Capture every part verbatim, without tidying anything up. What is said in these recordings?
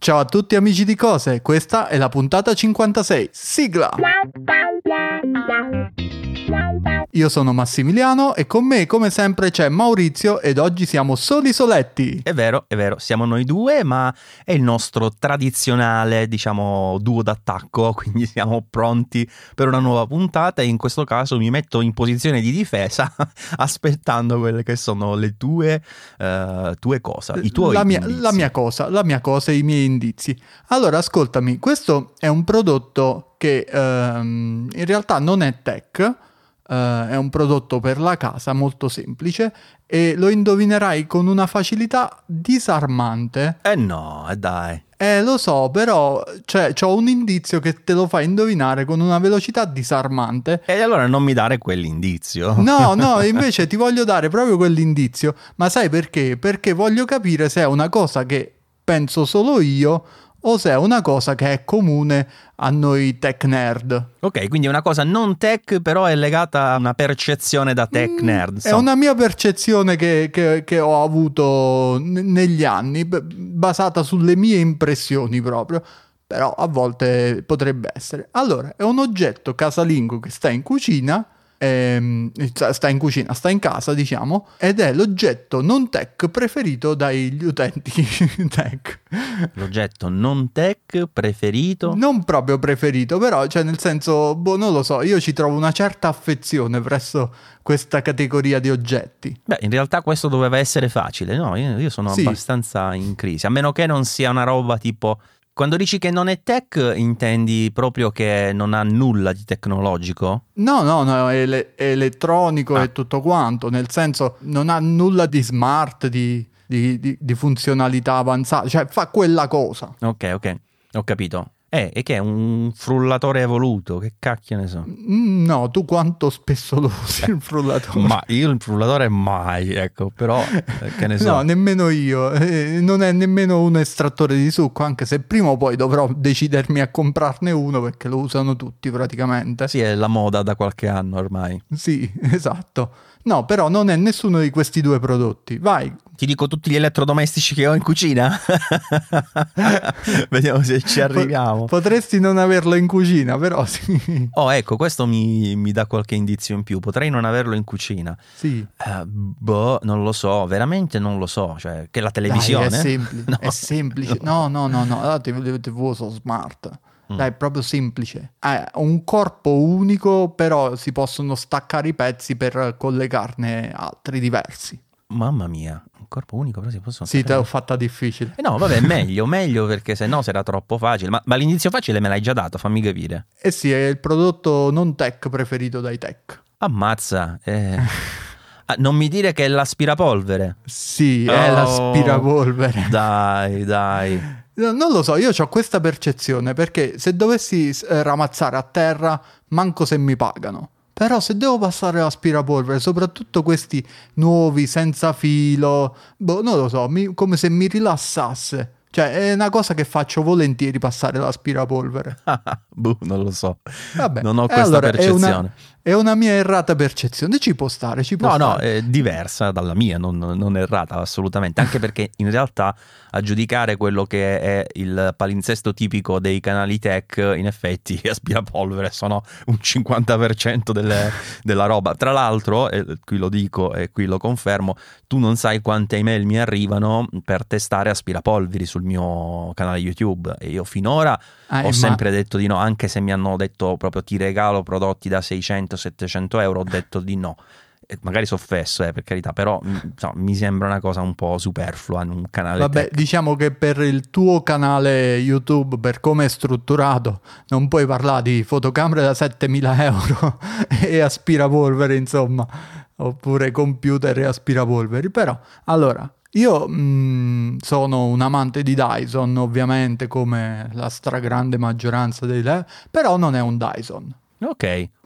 Ciao a tutti amici di Cose, questa è la puntata cinquantasei. Sigla! Io sono Massimiliano e con me come sempre c'è Maurizio ed oggi siamo soli soletti. È vero, è vero, siamo noi due, ma è il nostro tradizionale, diciamo, duo d'attacco, quindi siamo pronti per una nuova puntata e in questo caso mi metto in posizione di difesa aspettando quelle che sono le tue, uh, tue cose, i tuoi la mia, indizi. La mia cosa, la mia cosa e i miei indizi. Allora, ascoltami, questo è un prodotto che um, in realtà non è tech. Uh, è un prodotto per la casa molto semplice e lo indovinerai con una facilità disarmante. Eh no, dai. Eh lo so, però cioè, c'ho un indizio che te lo fa indovinare con una velocità disarmante. E allora non mi dare quell'indizio. No, no, invece ti voglio dare proprio quell'indizio. Ma sai perché? Perché voglio capire se è una cosa che penso solo io o se è una cosa che è comune a noi tech nerd. Ok, quindi è una cosa non tech, però è legata a una percezione da tech nerd. Mm, è una mia percezione che, che, che ho avuto n- negli anni, b- basata sulle mie impressioni proprio, però a volte potrebbe essere. Allora, è un oggetto casalingo che sta in cucina, ehm, sta in cucina, sta in casa diciamo, ed è l'oggetto non tech preferito dagli utenti tech. L'oggetto non tech preferito? Non proprio preferito, però, cioè nel senso, boh, non lo so, io ci trovo una certa affezione presso questa categoria di oggetti. Beh, in realtà questo doveva essere facile, no? Io, io sono sì. abbastanza in crisi, a meno che non sia una roba tipo... Quando dici che non è tech, intendi proprio che non ha nulla di tecnologico? No, no, no, è, ele- è elettronico ah. e tutto quanto, nel senso non ha nulla di smart, di, di, di, di funzionalità avanzata, cioè fa quella cosa. Ok, ok, ho capito. Eh, e che è un frullatore evoluto, che cacchio ne so. Mm, no, tu quanto spesso lo usi il frullatore? Ma io il frullatore mai, ecco, però eh, che ne so. No, nemmeno io, eh, non è nemmeno un estrattore di succo, anche se prima o poi dovrò decidermi a comprarne uno perché lo usano tutti praticamente. Sì, è la moda da qualche anno ormai. Sì, esatto. No, però non è nessuno di questi due prodotti. Vai. Ti dico tutti gli elettrodomestici che ho in cucina? Vediamo se ci arriviamo. Potresti non averlo in cucina, però sì. Oh, ecco, questo mi, mi dà qualche indizio in più. Potrei non averlo in cucina. Sì. Uh, boh, non lo so, veramente non lo so. Cioè, che la televisione? Dai, è semplice. No. È semplice. No, no, no, no. La tivù sono smart. Dai, è proprio semplice. Ha un corpo unico, però si possono staccare i pezzi per collegarne altri diversi. Mamma mia, un corpo unico però si possono... Sì, te l'ho fatta difficile. Eh no, vabbè, meglio, meglio perché se no sarà troppo facile. Ma, ma l'indizio facile me l'hai già dato, fammi capire. Eh sì, è il prodotto non tech preferito dai tech. Ammazza, eh... ah, non mi dire che è l'aspirapolvere. Sì, è oh, l'aspirapolvere. Dai, dai. Non lo so, io ho questa percezione perché se dovessi ramazzare a terra, manco se mi pagano. Però se devo passare l'aspirapolvere, soprattutto questi nuovi, senza filo, boh, non lo so, mi, come se mi rilassasse. Cioè, è una cosa che faccio volentieri passare l'aspirapolvere. Boh, non lo so. Vabbè, non ho questa allora, percezione. È una, è una mia errata percezione. Ci può stare, ci può no, stare. No, è diversa dalla mia, non, non errata assolutamente. Anche perché in realtà a giudicare quello che è il palinsesto tipico dei canali tech, in effetti aspirapolvere sono un cinquanta per cento delle, della roba. Tra l'altro, e qui lo dico e qui lo confermo, tu non sai quante email mi arrivano per testare aspirapolveri sul mio canale YouTube e io finora ah, ho ma... sempre detto di no, anche se mi hanno detto proprio ti regalo prodotti da seicento settecento euro, ho detto di no. Magari soffesso, eh, per carità, però insomma, mi sembra una cosa un po' superflua in un canale Vabbè, tech. Diciamo che per il tuo canale YouTube, per come è strutturato, non puoi parlare di fotocamere da settemila euro e aspirapolvere, insomma, oppure computer e aspirapolveri. Però, allora, io mh, sono un amante di Dyson, ovviamente, come la stragrande maggioranza dei le, però non è un Dyson. Ok.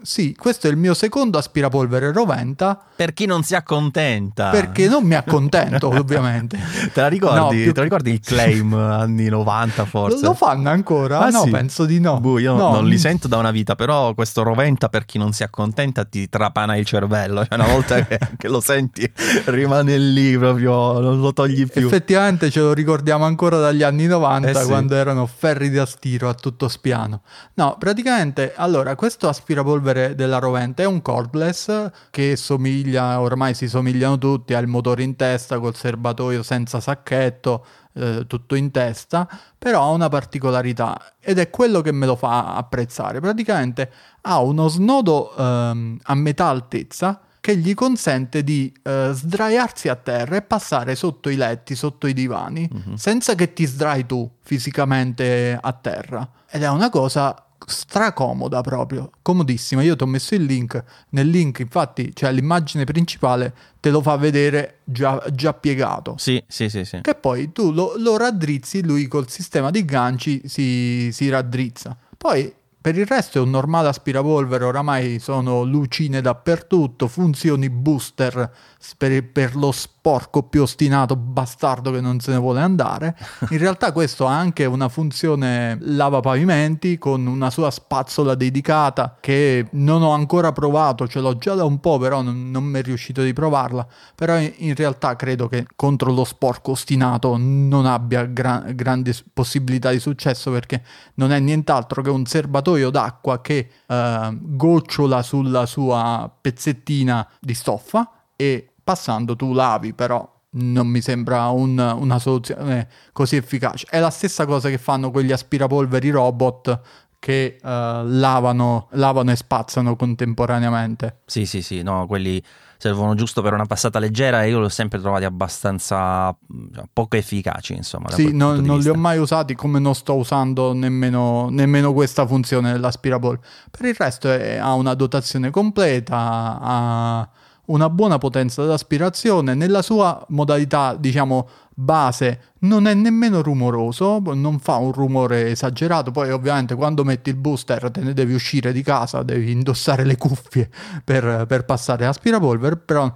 Sì, questo è il mio secondo aspirapolvere Roventa. Per chi non si accontenta. Perché non mi accontento, ovviamente. Te la ricordi? No, più... Te la ricordi il claim anni novanta forse? Lo fanno ancora? Ah, no, sì. penso di no. Boh, io no. non li sento da una vita, però questo Roventa, per chi non si accontenta, ti trapana il cervello. Cioè, una volta che, che lo senti rimane lì proprio, non lo togli più. Effettivamente ce lo ricordiamo ancora dagli anni novanta, Eh sì. quando erano ferri da stiro a tutto spiano. No, praticamente, allora, questo aspirapolvere della Roventa è un cordless che somiglia, ormai si somigliano tutti, ha il motore in testa col serbatoio senza sacchetto, eh, tutto in testa, però ha una particolarità ed è quello che me lo fa apprezzare. Praticamente ha uno snodo ehm, a metà altezza che gli consente di eh, sdraiarsi a terra e passare sotto i letti, sotto i divani, mm-hmm. senza che ti sdrai tu fisicamente a terra. Ed è una cosa stracomoda proprio, comodissima. Io ti ho messo il link, nel link infatti cioè l'immagine principale te lo fa vedere già, già piegato. Sì, sì, sì, sì. Che poi tu lo, lo raddrizzi, lui col sistema di ganci si, si raddrizza. Poi per il resto è un normale aspirapolvere, oramai sono lucine dappertutto, funzioni booster per, per lo sporco più ostinato bastardo che non se ne vuole andare. In realtà questo ha anche una funzione lavapavimenti con una sua spazzola dedicata che non ho ancora provato, ce l'ho già da un po', però non, non mi è riuscito di provarla. Però in, in realtà credo che contro lo sporco ostinato non abbia gra- grandi possibilità di successo, perché non è nient'altro che un serbatoio d'acqua che eh, gocciola sulla sua pezzettina di stoffa e passando tu lavi, però non mi sembra un, una soluzione così efficace. È la stessa cosa che fanno quegli aspirapolveri robot che uh, lavano, lavano e spazzano contemporaneamente. Sì, sì, sì, no, quelli servono giusto per una passata leggera e io li ho sempre trovati abbastanza cioè, poco efficaci, insomma. Sì, non, non li ho mai usati, come non sto usando nemmeno, nemmeno questa funzione dell'aspirapolvere. Per il resto è, ha una dotazione completa, ha una buona potenza d'aspirazione, nella sua modalità, diciamo, base non è nemmeno rumoroso, non fa un rumore esagerato. Poi ovviamente quando metti il booster te ne devi uscire di casa, devi indossare le cuffie per, per passare aspirapolvere, però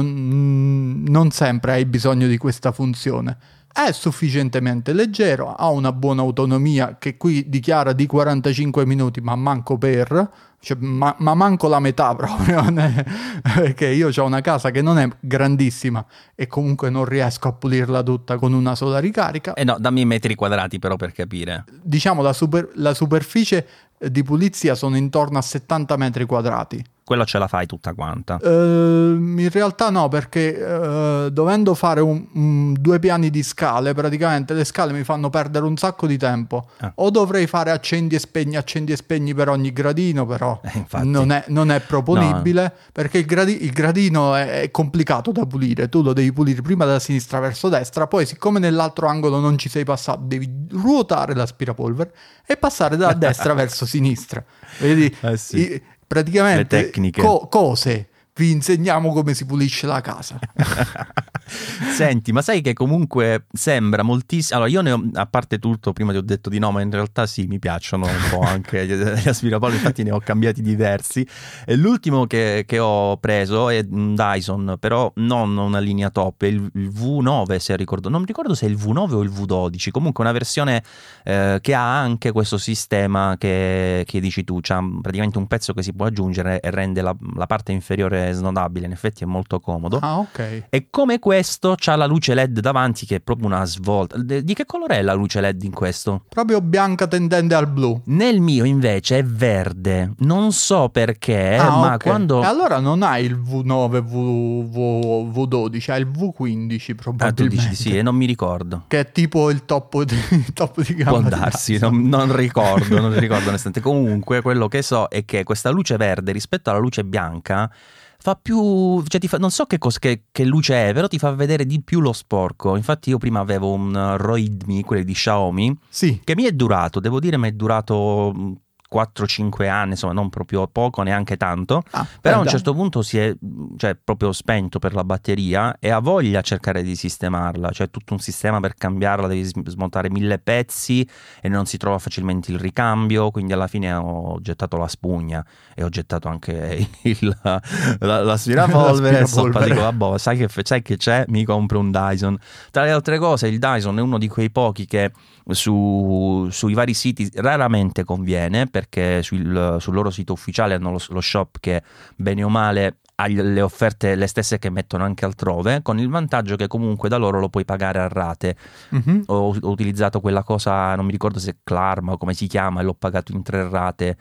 non, non sempre hai bisogno di questa funzione. È sufficientemente leggero, ha una buona autonomia che qui dichiara di quarantacinque minuti, ma manco per, cioè, ma, ma manco la metà proprio, perché io ho una casa che non è grandissima e comunque non riesco a pulirla tutta con una sola ricarica. Eh no, dammi i metri quadrati però per capire. Diciamo la, super, la superficie di pulizia sono intorno a settanta metri quadrati. Quello ce la fai tutta quanta? Uh, in realtà no, perché uh, dovendo fare un, un, due piani di scale, praticamente le scale mi fanno perdere un sacco di tempo. Ah. O dovrei fare accendi e spegni, accendi e spegni per ogni gradino, però eh, non, è, non è proponibile, no. Perché il, gradi, il gradino è, è complicato da pulire. Tu lo devi pulire prima da sinistra verso destra, poi siccome nell'altro angolo non ci sei passato, devi ruotare l'aspirapolvere e passare da destra verso sinistra. Vedi? Eh sì. I, praticamente co- cose vi insegniamo come si pulisce la casa. Senti, ma sai che comunque sembra moltissimo. Allora, io ne ho, a parte tutto, prima ti ho detto di no, ma in realtà sì, mi piacciono un po' anche gli aspirapolvere, infatti ne ho cambiati diversi. E l'ultimo che, che ho preso è un Dyson, però non una linea top, è il, il V nove, se ricordo. Non mi ricordo se è il V nove o il V dodici, comunque una versione eh, che ha anche questo sistema che, che dici tu, c'ha praticamente un pezzo che si può aggiungere e rende la, la parte inferiore snodabile, in effetti è molto comodo. Ah, ok. E come questo c'ha la luce L E D davanti che è proprio una svolta. Di che colore è la luce L E D in questo? Proprio bianca tendente al blu. Nel mio invece è verde, non so perché, ah, ma okay. quando... E allora non hai il V nove, V, v, V dodici, hai il V quindici probabilmente. Ah, tu dici di sì, e non mi ricordo. Che è tipo il top di, il top di gamma. Può darsi, non, non ricordo, non ricordo onestamente. Comunque quello che so è che questa luce verde rispetto alla luce bianca fa più, cioè ti fa, non so che, cos, che, che luce è, però ti fa vedere di più lo sporco. Infatti io prima avevo un Roidme, quelli di Xiaomi, sì. che mi è durato, devo dire mi è durato quattro cinque anni, insomma non proprio poco, neanche tanto, Ah, però eh, a un dai. certo punto si è cioè, proprio spento per la batteria e ha voglia a cercare di sistemarla, cioè tutto un sistema per cambiarla, devi sm- smontare mille pezzi e non si trova facilmente il ricambio, quindi alla fine ho gettato la spugna e ho gettato anche il, la, l'aspirapolvere e so, L'aspirapolvere. dico, vabbè, sai che, sai che c'è? Mi compro un Dyson. Tra le altre cose il Dyson è uno di quei pochi che su, sui vari siti raramente conviene, perché sul, sul loro sito ufficiale hanno lo, lo shop che bene o male ha le offerte le stesse che mettono anche altrove, con il vantaggio che comunque da loro lo puoi pagare a rate. Mhm. Ho, ho utilizzato quella cosa, non mi ricordo se Klarna o come si chiama, e l'ho pagato in tre rate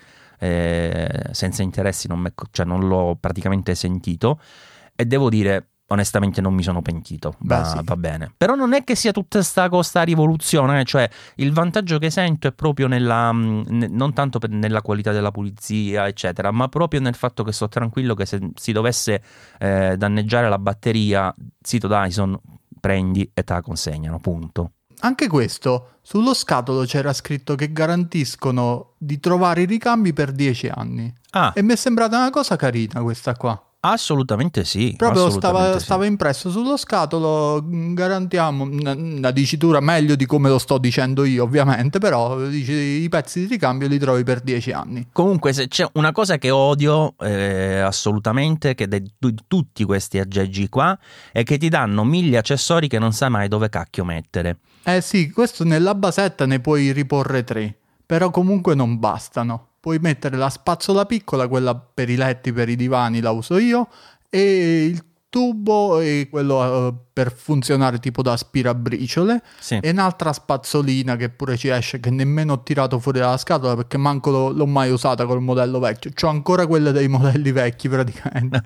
eh, senza interessi, non, me- cioè non l'ho praticamente sentito e devo dire onestamente non mi sono pentito. Beh, va, sì. va bene, però non è che sia tutta sta, sta rivoluzione, eh, cioè il vantaggio che sento è proprio nella mh, ne- non tanto per- nella qualità della pulizia eccetera, ma proprio nel fatto che sto tranquillo che se si dovesse eh, danneggiare la batteria, sito Dyson, prendi e te la consegnano, punto. Anche questo, sullo scatolo c'era scritto che garantiscono di trovare i ricambi per dieci anni. Ah, E mi è sembrata una cosa carina questa qua. assolutamente sì, Proprio assolutamente stava, sì. stava impresso sullo scatolo, mh, garantiamo una, una dicitura meglio di come lo sto dicendo io ovviamente, però dici i pezzi di ricambio li trovi per dieci anni. Comunque, se c'è una cosa che odio eh, assolutamente, che di di tutti questi aggeggi qua, è che ti danno mille accessori che non sai mai dove cacchio mettere. Eh sì, questo nella basetta ne puoi riporre tre, però comunque non bastano. Puoi mettere la spazzola piccola, quella per i letti, per i divani, la uso io, e il tubo e quello eh, per funzionare tipo da aspirabriciole, Sì. e un'altra spazzolina che pure ci esce, che nemmeno ho tirato fuori dalla scatola perché manco lo- l'ho mai usata col modello vecchio. C'ho ancora quelle dei modelli vecchi praticamente.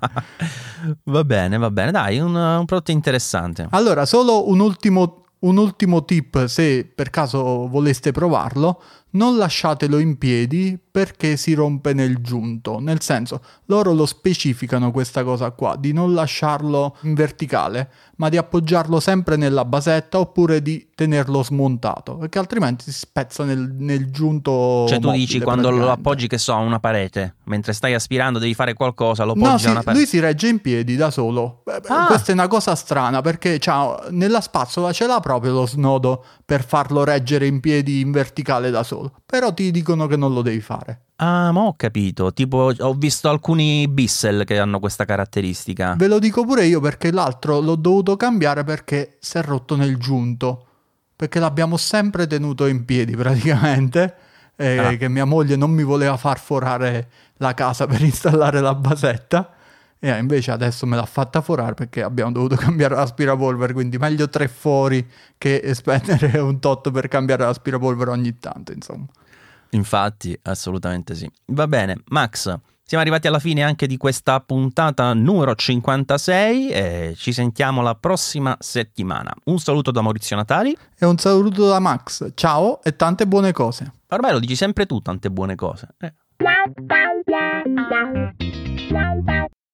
Va bene, va bene, dai, un, un prodotto interessante. Allora, solo un ultimo, un ultimo tip, se per caso voleste provarlo, non lasciatelo in piedi perché si rompe nel giunto. Nel senso, loro lo specificano questa cosa qua, di non lasciarlo in verticale, ma di appoggiarlo sempre nella basetta oppure di tenerlo smontato, perché altrimenti si spezza nel, nel giunto Cioè tu mobile, dici quando lo praticamente. appoggi, che so, a una parete, mentre stai aspirando devi fare qualcosa, lo No, appoggi sì, a una parete. lui si regge in piedi da solo. Beh, beh, Ah! Questa è una cosa strana perché c'ha, nella spazzola ce l'ha proprio lo snodo per farlo reggere in piedi in verticale da solo. Però ti dicono che non lo devi fare. Ah, ma ho capito, tipo ho visto alcuni Bissell che hanno questa caratteristica. Ve lo dico pure io perché l'altro l'ho dovuto cambiare perché si è rotto nel giunto. Perché l'abbiamo sempre tenuto in piedi praticamente. E Ah. che mia moglie non mi voleva far forare la casa per installare la basetta. E invece adesso me l'ha fatta forare perché abbiamo dovuto cambiare l'aspirapolvere. Quindi meglio tre fori che spendere un tot per cambiare l'aspirapolvere ogni tanto, insomma. Infatti, assolutamente sì. Va bene, Max, siamo arrivati alla fine anche di questa puntata numero cinquantasei e ci sentiamo la prossima settimana. Un saluto da Maurizio Natali. E un saluto da Max. Ciao e tante buone cose. Ormai lo dici sempre tu, tante buone cose. Eh.